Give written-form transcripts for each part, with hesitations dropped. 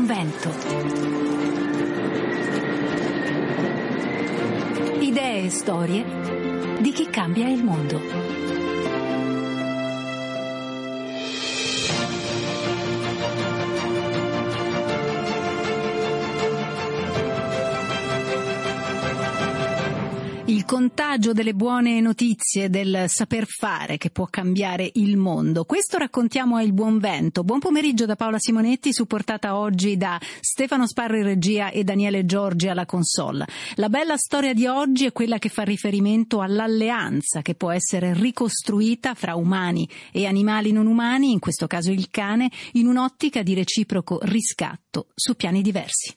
vento. Idee e storie di chi cambia il mondo. Il contagio delle buone notizie, del saper fare che può cambiare il mondo. Questo raccontiamo a Il Buon Vento. Buon pomeriggio da Paola Simonetti, supportata oggi da Stefano Sparro in regia e Daniele Giorgi alla console. La bella storia di oggi è quella che fa riferimento all'alleanza che può essere ricostruita fra umani e animali non umani, in questo caso il cane, in un'ottica di reciproco riscatto su piani diversi.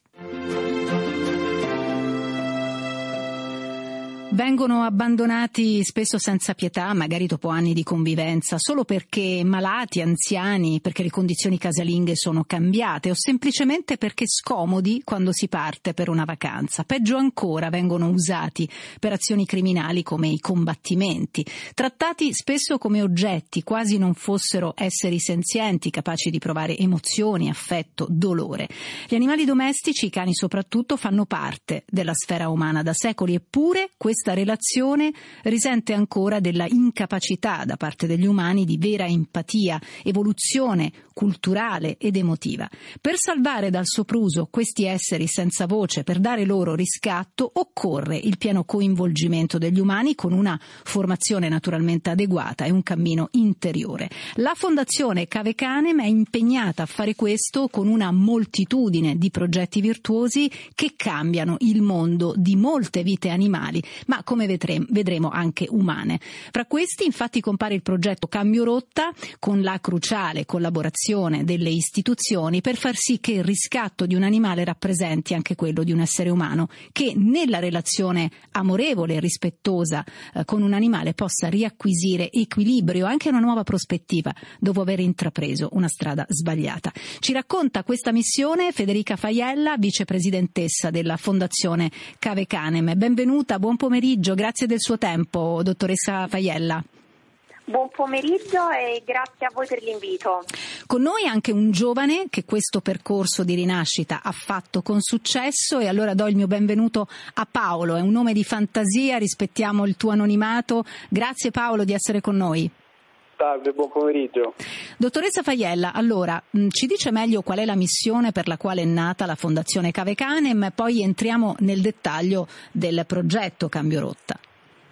Vengono abbandonati spesso senza pietà, magari dopo anni di convivenza, solo perché malati, anziani, perché le condizioni casalinghe sono cambiate o semplicemente perché scomodi quando si parte per una vacanza. Peggio ancora, vengono usati per azioni criminali come i combattimenti, trattati spesso come oggetti, quasi non fossero esseri senzienti, capaci di provare emozioni, affetto, dolore. Gli animali domestici, i cani soprattutto, fanno parte della sfera umana da secoli, eppure questa relazione risente ancora della incapacità da parte degli umani di vera empatia, evoluzione culturale ed emotiva. Per salvare dal sopruso questi esseri senza voce, per dare loro riscatto, occorre il pieno coinvolgimento degli umani con una formazione naturalmente adeguata e un cammino interiore. La Fondazione Cave Canem è impegnata a fare questo con una moltitudine di progetti virtuosi che cambiano il mondo di molte vite animali, ma come vedremo anche umane. Fra questi infatti compare il progetto Cambio Rotta, con la cruciale collaborazione delle istituzioni per far sì che il riscatto di un animale rappresenti anche quello di un essere umano, che nella relazione amorevole e rispettosa con un animale possa riacquisire equilibrio, anche una nuova prospettiva dopo aver intrapreso una strada sbagliata. Ci racconta questa missione Federica Faiella, vicepresidentessa della Fondazione Cave Canem. Benvenuta, buon pomeriggio, grazie del suo tempo, dottoressa Faiella. Buon pomeriggio e grazie a voi per l'invito. Con noi anche un giovane che questo percorso di rinascita ha fatto con successo, e allora do il mio benvenuto a Paolo. È un nome di fantasia, rispettiamo il tuo anonimato. Grazie Paolo di essere con noi. Salve, buon pomeriggio. Dottoressa Faiella, allora ci dice meglio qual è la missione per la quale è nata la Fondazione Cave Canem, poi entriamo nel dettaglio del progetto Cambio Rotta.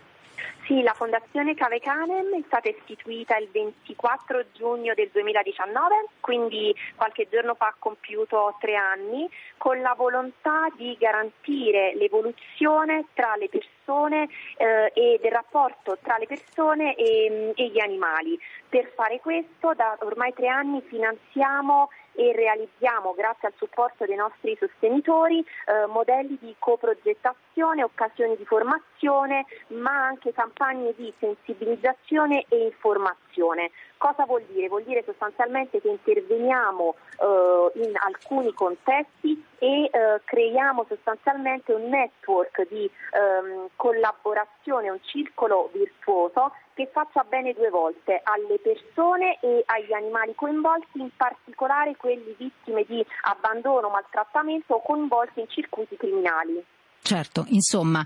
Sì, la Fondazione Cave Canem è stata istituita il 24 giugno del 2019, quindi qualche giorno fa ha compiuto 3 anni, con la volontà di garantire l'evoluzione tra le persone e del rapporto tra le persone e gli animali. Per fare questo, da ormai 3 anni finanziamo e realizziamo, grazie al supporto dei nostri sostenitori, modelli di coprogettazione, occasioni di formazione, ma anche campagne di sensibilizzazione e informazione. Cosa vuol dire? Vuol dire sostanzialmente che interveniamo in alcuni contesti e creiamo sostanzialmente un network di collaborazione, un circolo virtuoso che faccia bene 2 volte, alle persone e agli animali coinvolti, in particolare quelli vittime di abbandono, maltrattamento o coinvolti in circuiti criminali. Certo, insomma,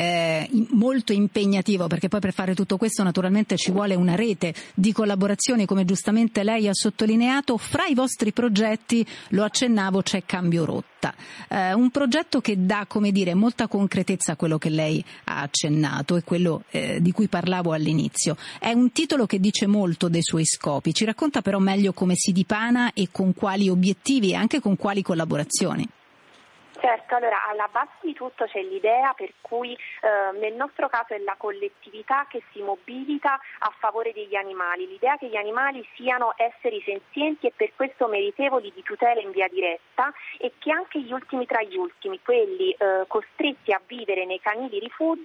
molto impegnativo, perché poi per fare tutto questo naturalmente ci vuole una rete di collaborazioni, come giustamente lei ha sottolineato. Fra i vostri progetti, lo accennavo, c'è Cambio Rotta, un progetto che dà, come dire, molta concretezza a quello che lei ha accennato e quello di cui parlavo all'inizio. È un titolo che dice molto dei suoi scopi, ci racconta però meglio come si dipana e con quali obiettivi e anche con quali collaborazioni. Certo, allora alla base di tutto c'è l'idea per cui nel nostro caso è la collettività che si mobilita a favore degli animali, l'idea che gli animali siano esseri senzienti e per questo meritevoli di tutela in via diretta, e che anche gli ultimi tra gli ultimi, quelli costretti a vivere nei canili rifugio,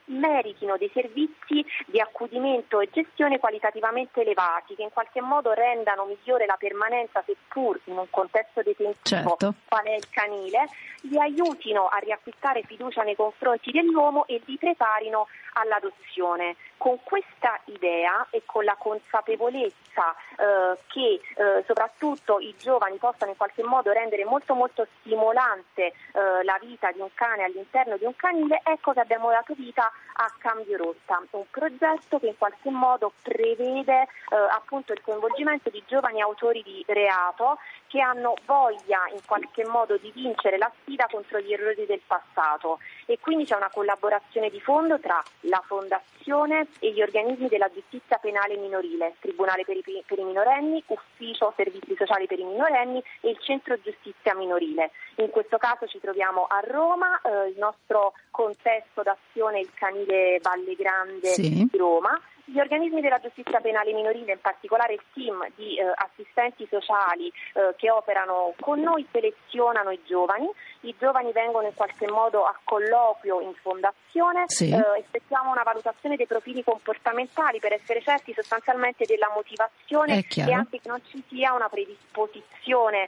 meritino dei servizi di accudimento e gestione qualitativamente elevati, che in qualche modo rendano migliore la permanenza, seppur in un contesto detentivo, qual è il canile, li aiutino a riacquistare fiducia nei confronti dell'uomo e li preparino all'adozione. Con questa idea e con la consapevolezza che soprattutto i giovani possano in qualche modo rendere molto molto stimolante la vita di un cane all'interno di un canile, ecco che abbiamo dato vita a Cambio Rotta, un progetto che in qualche modo prevede appunto il coinvolgimento di giovani autori di reato che hanno voglia in qualche modo di vincere la sfida contro gli errori del passato, e quindi c'è una collaborazione di fondo tra la Fondazione e gli organismi della giustizia penale minorile, Tribunale per i minorenni, Ufficio Servizi Sociali per i minorenni e il Centro Giustizia Minorile. In questo caso ci troviamo a Roma, il nostro contesto d'azione è il canile Valle Grande di Roma. Gli organismi della giustizia penale minorile, in particolare il team di assistenti sociali che operano con noi, selezionano i giovani vengono in qualche modo a colloquio in fondazione, effettuiamo una valutazione dei profili comportamentali per essere certi sostanzialmente della motivazione e anche che non ci sia una predisposizione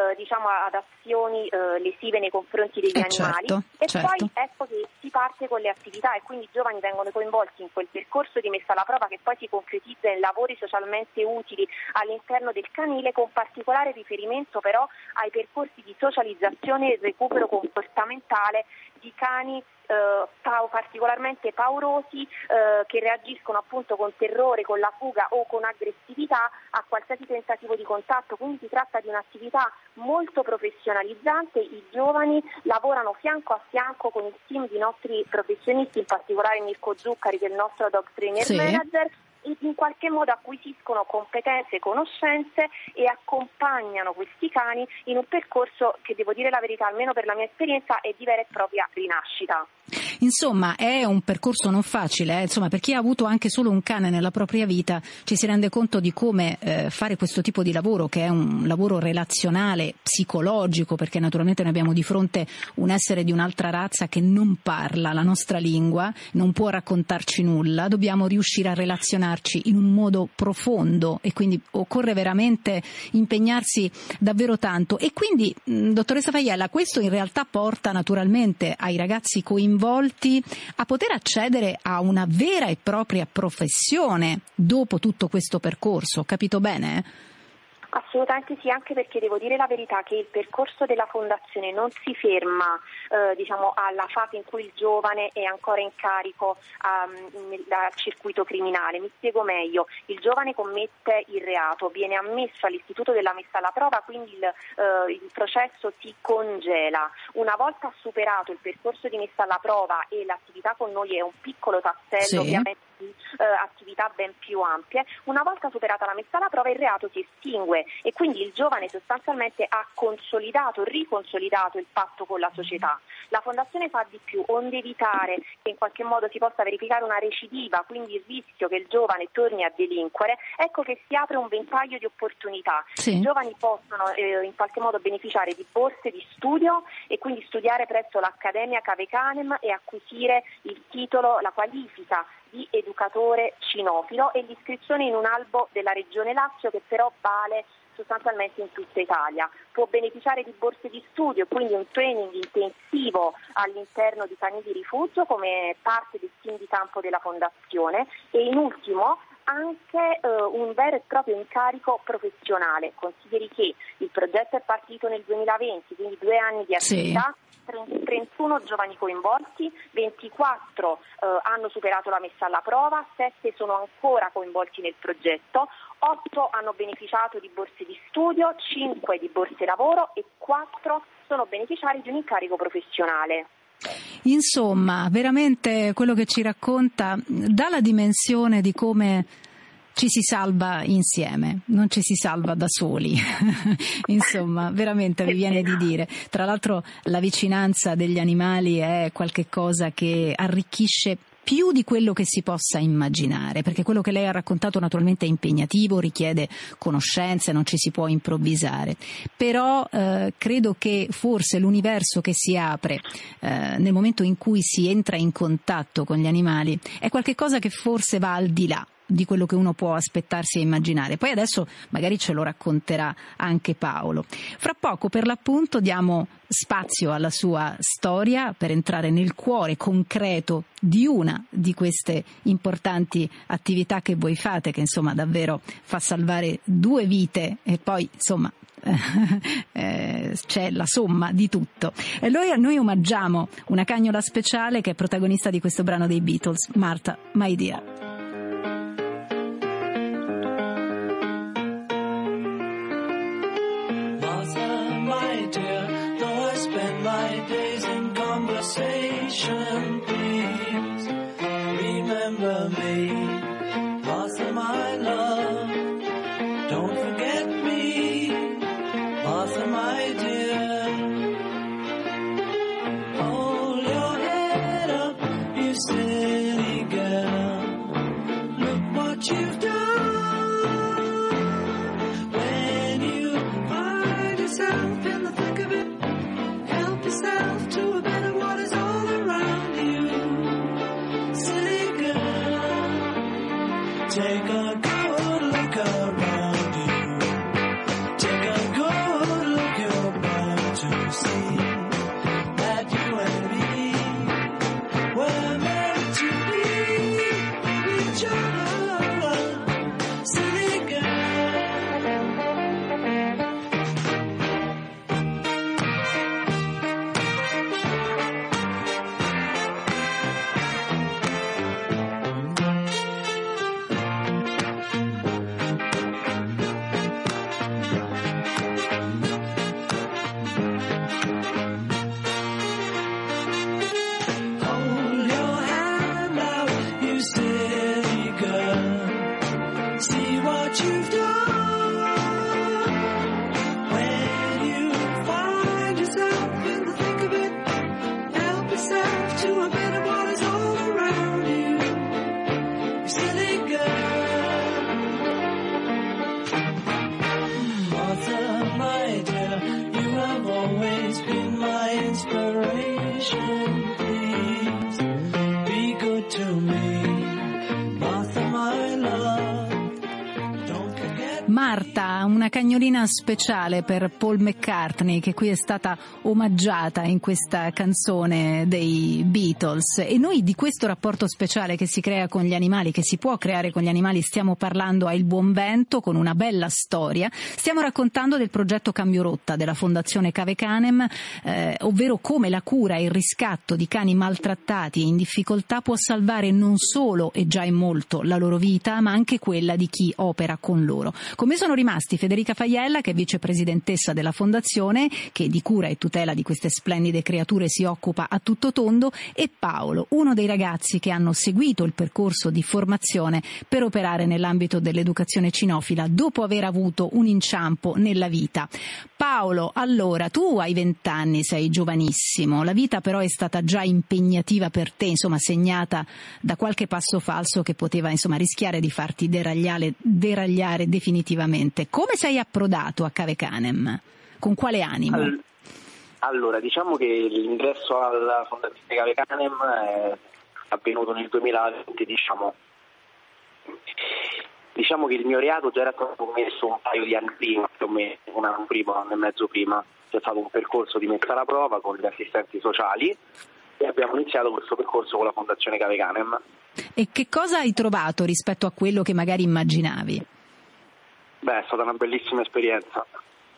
ad azioni lesive nei confronti degli animali. Poi ecco che si parte con le attività e quindi i giovani vengono coinvolti in quel percorso di messa alla prova che poi si concretizza in lavori socialmente utili all'interno del canile, con particolare riferimento però ai percorsi di socializzazione e recupero comportamentale di cani particolarmente paurosi che reagiscono appunto con terrore, con la fuga o con aggressività a qualsiasi tentativo di contatto. Quindi si tratta di un'attività molto professionalizzante. I giovani lavorano fianco a fianco con il team di nostri professionisti, in particolare Mirko Zuccari, che è il nostro dog trainer manager, e in qualche modo acquisiscono competenze e conoscenze e accompagnano questi cani in un percorso che, devo dire la verità, almeno per la mia esperienza, è di vera e propria rinascita. Insomma, è un percorso non facile, per chi ha avuto anche solo un cane nella propria vita ci si rende conto di come fare questo tipo di lavoro, che è un lavoro relazionale, psicologico, perché naturalmente noi abbiamo di fronte un essere di un'altra razza che non parla la nostra lingua, non può raccontarci nulla, dobbiamo riuscire a relazionarci in un modo profondo e quindi occorre veramente impegnarsi davvero tanto. E quindi, dottoressa Faiella, questo in realtà porta naturalmente ai ragazzi coinvolti a poter accedere a una vera e propria professione dopo tutto questo percorso, capito bene? Assolutamente sì, anche perché devo dire la verità che il percorso della fondazione non si ferma alla fase in cui il giovane è ancora in carico al circuito criminale. Mi spiego meglio: il giovane commette il reato, viene ammesso all'istituto della messa alla prova, quindi il processo si congela. Una volta superato il percorso di messa alla prova, e l'attività con noi è un piccolo tassello ovviamente di attività ben più ampie, una volta superata la messa alla prova il reato si estingue e quindi il giovane sostanzialmente ha riconsolidato il patto con la società. La Fondazione fa di più, onde evitare che in qualche modo si possa verificare una recidiva, quindi il rischio che il giovane torni a delinquere. Ecco che si apre un ventaglio di opportunità. I giovani possono in qualche modo beneficiare di borse di studio e quindi studiare presso l'Accademia Cave Canem e acquisire il titolo, la qualifica di educatore cinofilo e l'iscrizione in un albo della Regione Lazio, che però vale sostanzialmente in tutta Italia. Può beneficiare di borse di studio, quindi un training intensivo all'interno di canili rifugio come parte del team di campo della Fondazione, e in ultimo anche un vero e proprio incarico professionale. Consideri che il progetto è partito nel 2020, quindi 2 anni di attività, 31 giovani coinvolti, 24 hanno superato la messa alla prova, 7 sono ancora coinvolti nel progetto, 8 hanno beneficiato di borse di studio, 5 di borse lavoro e 4 sono beneficiari di un incarico professionale. Insomma, veramente quello che ci racconta dà la dimensione di come ci si salva insieme, non ci si salva da soli. Insomma, veramente mi viene di dire. Tra l'altro la vicinanza degli animali è qualche cosa che arricchisce più di quello che si possa immaginare, perché quello che lei ha raccontato naturalmente è impegnativo, richiede conoscenze, non ci si può improvvisare, però credo che forse l'universo che si apre nel momento in cui si entra in contatto con gli animali è qualcosa che forse va al di là di quello che uno può aspettarsi e immaginare. Poi adesso magari ce lo racconterà anche Paolo. Fra poco, per l'appunto, diamo spazio alla sua storia per entrare nel cuore concreto di una di queste importanti attività che voi fate, che insomma davvero fa salvare 2 vite e poi insomma c'è la somma di tutto. E noi omaggiamo una cagnola speciale che è protagonista di questo brano dei Beatles, Martha, My Dear. Please remember me, Martha, my love. Don't forget me, Martha, my dear. Hold your head up, you silly girl. Look what you've done. When you find yourself in the thick of it, help yourself to a better what is all around you. Silly girl, take a good look around you. Take a good look around to see that you and me were meant to be each other. Silly you've done. When you find yourself in the thick of it, help yourself to a bit of what is all around you. You silly girl. Martha, my dear, you have always been my inspiration. Please be good to me, Martha, my love. Martha, una cagnolina speciale per Paul McCartney che qui è stata omaggiata in questa canzone dei Beatles, e noi di questo rapporto speciale che si crea con gli animali, che si può creare con gli animali, stiamo parlando a Il Buon Vento con una bella storia. Stiamo raccontando del progetto Cambio Rotta della Fondazione Cave Canem, ovvero come la cura e il riscatto di cani maltrattati e in difficoltà può salvare non solo e già in molto la loro vita, ma anche quella di chi opera con loro. Come sono rimasti Federica Faiella, che è vicepresidentessa della Fondazione, che di cura e tutela di queste splendide creature si occupa a tutto tondo, e Paolo, uno dei ragazzi che hanno seguito il percorso di formazione per operare nell'ambito dell'educazione cinofila dopo aver avuto un inciampo nella vita. Paolo, allora, tu hai 20 anni, sei giovanissimo, la vita però è stata già impegnativa per te, insomma segnata da qualche passo falso che poteva insomma rischiare di farti deragliare definitivamente. Come sei approdato a Cave Canem? Con quale animo? Allora, diciamo che l'ingresso alla Fondazione Cave Canem è avvenuto nel 2020, diciamo che il mio reato già era stato commesso un paio di anni prima, più o meno un anno prima, un anno e mezzo prima. C'è stato un percorso di messa alla prova con gli assistenti sociali e abbiamo iniziato questo percorso con la Fondazione Cave Canem. E che cosa hai trovato rispetto a quello che magari immaginavi? Beh, è stata una bellissima esperienza.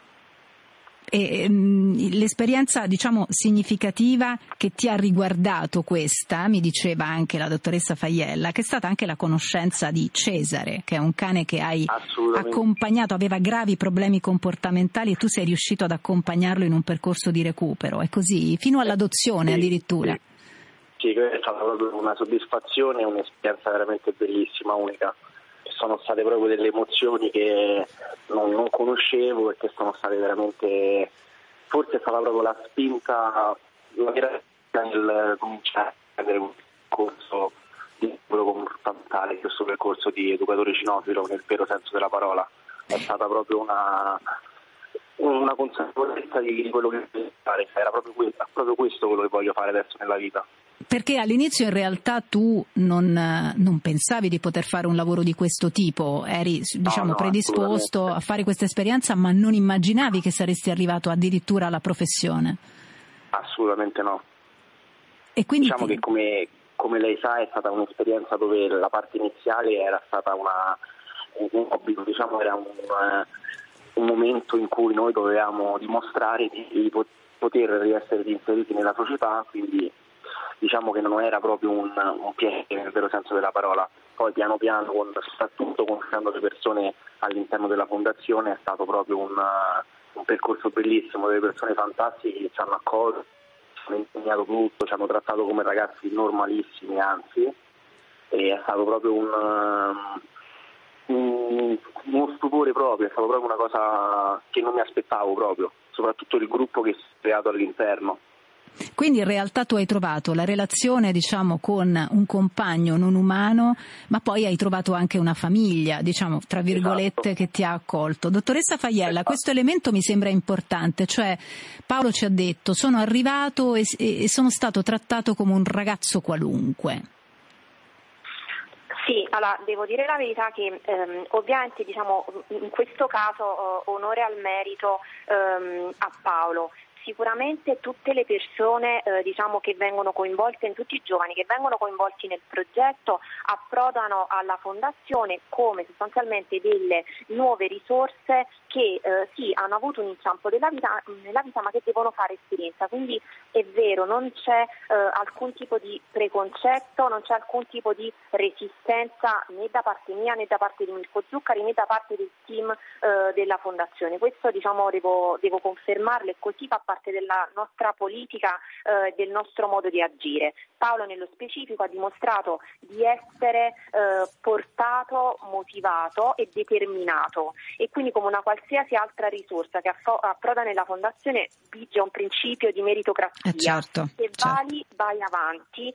E l'esperienza, significativa che ti ha riguardato questa, mi diceva anche la dottoressa Faiella, che è stata anche la conoscenza di Cesare, che è un cane che hai accompagnato, aveva gravi problemi comportamentali e tu sei riuscito ad accompagnarlo in un percorso di recupero, è così, fino all'adozione addirittura. Sì, è stata proprio una soddisfazione, un'esperienza veramente bellissima, unica. Sono state proprio delle emozioni che non conoscevo e che sono state veramente, forse è stata proprio la spinta, la vera nel cominciare a prendere un corso di quello comportamentale, questo percorso di educatore cinofilo nel vero senso della parola. È stata proprio una consapevolezza di quello che voglio fare, era proprio questo quello che voglio fare adesso nella vita. Perché all'inizio in realtà tu non pensavi di poter fare un lavoro di questo tipo, eri diciamo predisposto a fare questa esperienza, ma non immaginavi che saresti arrivato addirittura alla professione? Assolutamente no. E quindi diciamo che come lei sa è stata un'esperienza dove la parte iniziale era stata un hobby, diciamo era un momento in cui noi dovevamo dimostrare di poter riessere inseriti nella società, quindi diciamo che non era proprio un piacere nel vero senso della parola. Poi piano piano, soprattutto conoscendo le persone all'interno della fondazione, è stato proprio un percorso bellissimo, delle persone fantastiche che ci hanno accolto, ci hanno insegnato tutto, ci hanno trattato come ragazzi normalissimi, anzi, e è stato proprio uno stupore proprio, è stato proprio una cosa che non mi aspettavo proprio, soprattutto il gruppo che si è creato all'interno. Quindi in realtà tu hai trovato la relazione, diciamo, con un compagno non umano, ma poi hai trovato anche una famiglia, diciamo, tra virgolette, che ti ha accolto. Dottoressa Faiella, questo elemento mi sembra importante, cioè Paolo ci ha detto: sono arrivato e sono stato trattato come un ragazzo qualunque. Sì, allora devo dire la verità che ovviamente diciamo in questo caso onore al merito a Paolo. Sicuramente tutte le persone diciamo che vengono coinvolte, tutti i giovani che vengono coinvolti nel progetto approdano alla fondazione come sostanzialmente delle nuove risorse che sì, hanno avuto un inciampo nella vita, ma che devono fare esperienza. Quindi è vero, non c'è alcun tipo di preconcetto, non c'è alcun tipo di resistenza né da parte mia né da parte di Mirko Zuccari né da parte del team della fondazione. Questo diciamo devo confermarlo, e così fa parte della nostra politica, del nostro modo di agire. Paolo nello specifico ha dimostrato di essere portato, motivato e determinato, e quindi come una qualsiasi altra risorsa che approda nella fondazione vige un principio di meritocrazia. Certo, se vali vai avanti,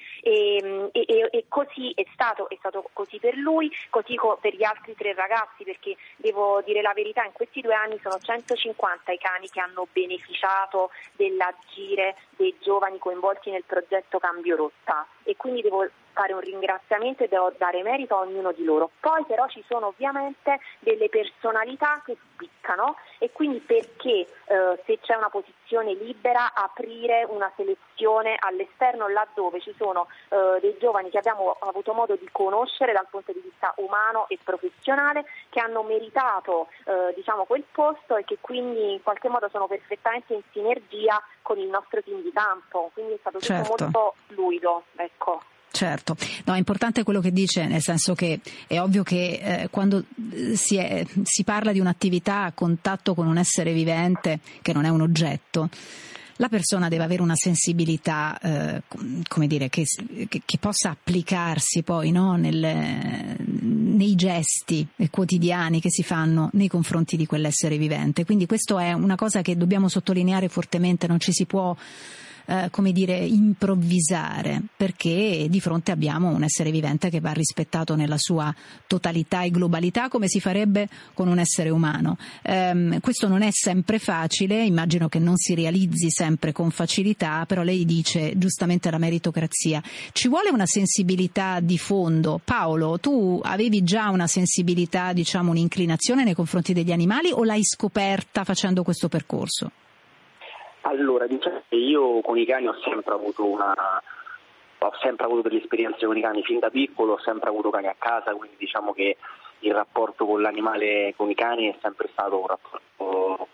e così è stato così per lui, così per gli altri 3 ragazzi, perché devo dire la verità, in questi 2 anni sono 150 i cani che hanno beneficiato dell'agire dei giovani coinvolti nel progetto Cambio Rotta, e quindi devo fare un ringraziamento e devo dare merito a ognuno di loro. Poi però ci sono ovviamente delle personalità che spiccano, e quindi perché se c'è una posizione libera aprire una selezione all'esterno laddove ci sono dei giovani che abbiamo avuto modo di conoscere dal punto di vista umano e professionale, che hanno meritato diciamo quel posto e che quindi in qualche modo sono perfettamente in sinergia con il nostro team di campo, quindi è stato tutto molto fluido, ecco. Certo, no, è importante quello che dice, nel senso che è ovvio che quando si parla di un'attività a contatto con un essere vivente che non è un oggetto, la persona deve avere una sensibilità, come dire, che possa applicarsi poi, no, nei gesti quotidiani che si fanno nei confronti di quell'essere vivente. Quindi questo è una cosa che dobbiamo sottolineare fortemente, non ci si può come dire, improvvisare, perché di fronte abbiamo un essere vivente che va rispettato nella sua totalità e globalità, come si farebbe con un essere umano. Questo non è sempre facile, immagino che non si realizzi sempre con facilità, però lei dice giustamente la meritocrazia. Ci vuole una sensibilità di fondo. Paolo, tu avevi già una sensibilità, diciamo un'inclinazione nei confronti degli animali, o l'hai scoperta facendo questo percorso? Allora, diciamo che io con i cani ho sempre avuto delle esperienze con i cani fin da piccolo, ho sempre avuto cani a casa, quindi diciamo che il rapporto con l'animale, con i cani, è sempre stato un rapporto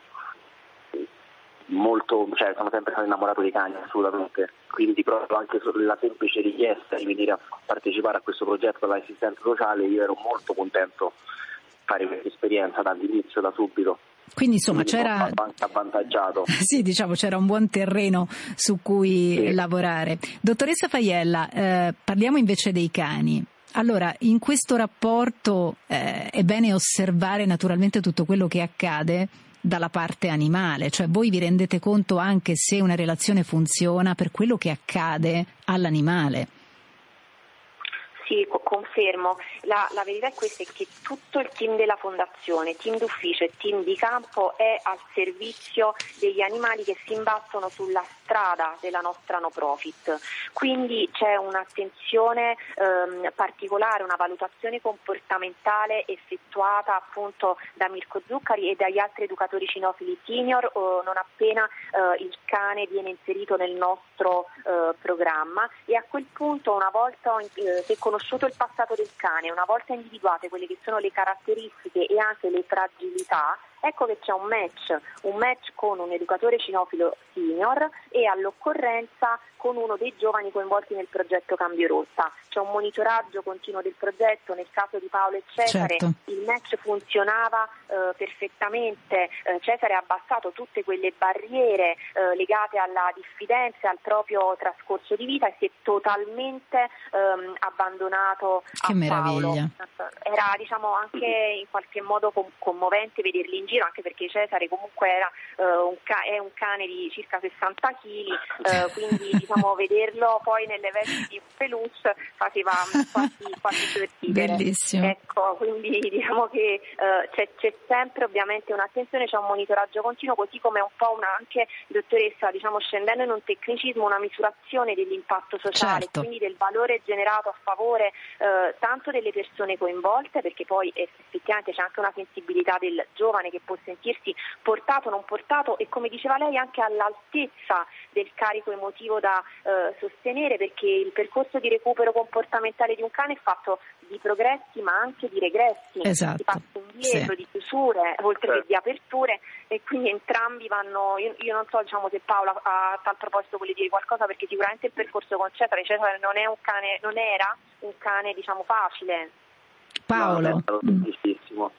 molto, cioè sono sempre stato innamorato dei cani, assolutamente. Quindi proprio anche la semplice richiesta di venire a partecipare a questo progetto dell'assistenza sociale, io ero molto contento di fare questa esperienza dall'inizio, da subito. Quindi insomma c'era avvantaggiato. Sì, diciamo c'era un buon terreno su cui lavorare. Dottoressa Faiella, parliamo invece dei cani. Allora, in questo rapporto è bene osservare naturalmente tutto quello che accade dalla parte animale, cioè voi vi rendete conto anche se una relazione funziona per quello che accade all'animale. Sì, confermo. La verità è questa, è che tutto il team della fondazione, team d'ufficio e team di campo è al servizio degli animali che si imbattono sulla strada della nostra no profit. Quindi c'è un'attenzione particolare, una valutazione comportamentale effettuata appunto da Mirko Zuccari e dagli altri educatori cinofili senior non appena il cane viene inserito nel nostro programma, e a quel punto, una volta se conosciuto il passato del cane, una volta individuate quelle che sono le caratteristiche e anche le fragilità, ecco che c'è un match con un educatore cinofilo senior e all'occorrenza con uno dei giovani coinvolti nel progetto Cambio Rotta. C'è un monitoraggio continuo del progetto. Nel caso di Paolo e Cesare, certo, il match funzionava perfettamente. Cesare ha abbassato tutte quelle barriere legate alla diffidenza e al proprio trascorso di vita e si è totalmente abbandonato che a meraviglia. Paolo. Era anche in qualche modo commovente vederli in giro, anche perché Cesare comunque era è un cane di circa 60 kg, quindi vederlo poi nelle vesti di peluche faceva quasi sorridere. Bellissimo. Ecco, quindi che c'è sempre ovviamente un'attenzione, c'è un monitoraggio continuo, così come un po' anche, dottoressa, scendendo in un tecnicismo, una misurazione dell'impatto sociale, certo, quindi del valore generato a favore tanto delle persone coinvolte, perché poi effettivamente c'è anche una sensibilità del giovane che può sentirsi portato, non portato, e come diceva lei anche all'altezza del carico emotivo da sostenere, perché il percorso di recupero comportamentale di un cane è fatto di progressi ma anche di regressi, esatto, di passi indietro, sì, di chiusure, oltre che di aperture, e quindi entrambi vanno. Io non so se Paola a tal proposito vuole dire qualcosa, perché sicuramente il percorso con Cesare non era un cane facile. Paolo. No, è difficilissimo.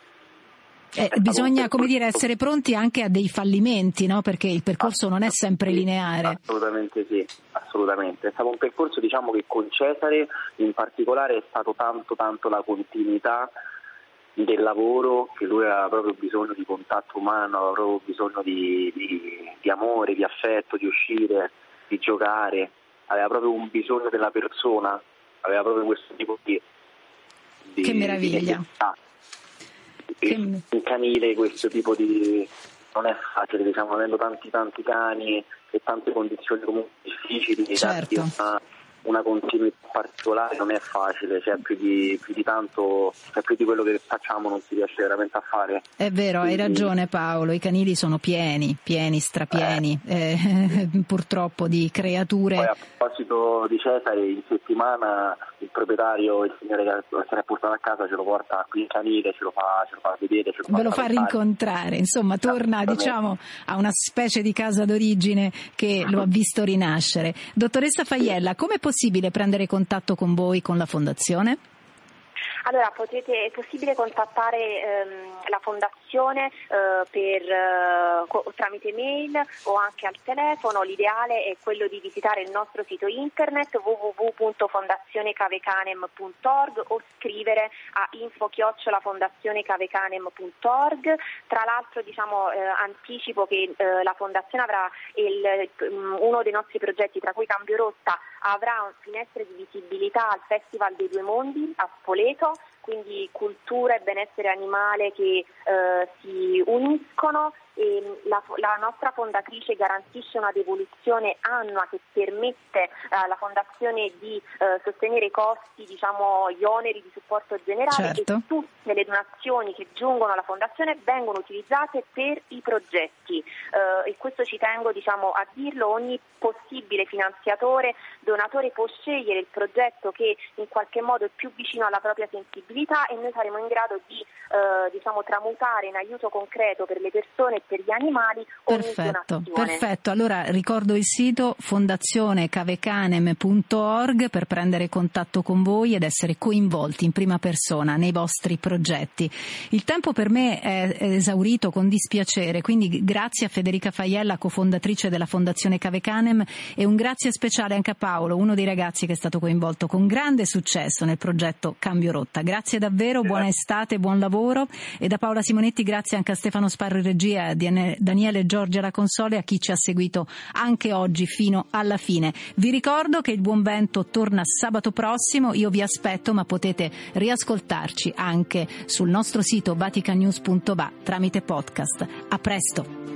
Bisogna, essere pronti anche a dei fallimenti, no? Perché il percorso non è sempre lineare. Assolutamente sì, assolutamente. È stato un percorso, che con Cesare in particolare è stato tanto la continuità del lavoro, che lui aveva proprio bisogno di contatto umano, aveva proprio bisogno di amore, di affetto, di uscire, di giocare, aveva proprio un bisogno della persona, aveva proprio questo tipo di che meraviglia. Il canile, questo tipo di non è facile, avendo tanti cani e tante condizioni comunque difficili, certo, una continuità particolare non è facile, più di tanto, più di quello che facciamo non si riesce veramente a fare. È vero, hai ragione Paolo, i canili sono pieni, strapieni, purtroppo, di creature. Poi a proposito di Cesare, in settimana il proprietario, il signore che se l'è portato a casa, ce lo porta qui in canile, ce lo fa vedere, ve lo fa rincontrare, insomma torna a una specie di casa d'origine che lo ha visto rinascere. Dottoressa Faiella, come è possibile prendere contatto con voi, con la Fondazione? Allora, è possibile contattare la Fondazione tramite mail o anche al telefono. L'ideale è quello di visitare il nostro sito internet www.fondazionecavecanem.org o scrivere a info@fondazionecavecanem.org. Tra l'altro anticipo che la Fondazione avrà uno dei nostri progetti, tra cui Cambio Rotta, avrà finestre di visibilità al Festival dei Due Mondi a Spoleto, quindi cultura e benessere animale che si uniscono, e la nostra fondatrice garantisce una devoluzione annua che permette alla Fondazione di sostenere i costi, gli oneri di supporto generale, certo, e tutte le donazioni che giungono alla Fondazione vengono utilizzate per i progetti, e questo ci tengo a dirlo. Ogni possibile finanziatore, donatore può scegliere il progetto che in qualche modo è più vicino alla propria sensibilità, e noi saremo in grado di tramutare in aiuto concreto per le persone e per gli animali ogni donazione. Perfetto, allora ricordo il sito fondazionecavecanem.org per prendere contatto con voi ed essere coinvolti in prima persona nei vostri progetti. Il tempo per me è esaurito, con dispiacere, quindi grazie a Federica Faiella, cofondatrice della Fondazione Cavecanem, e un grazie speciale anche a Paolo, uno dei ragazzi che è stato coinvolto con grande successo nel progetto Cambio Rotta. Grazie grazie davvero, buona estate, buon lavoro, e da Paola Simonetti grazie anche a Stefano Sparro in regia, a Daniele Giorgi alla console e a chi ci ha seguito anche oggi fino alla fine. Vi ricordo che il Buon Vento torna sabato prossimo, io vi aspetto, ma potete riascoltarci anche sul nostro sito vaticanews.va tramite podcast. A presto!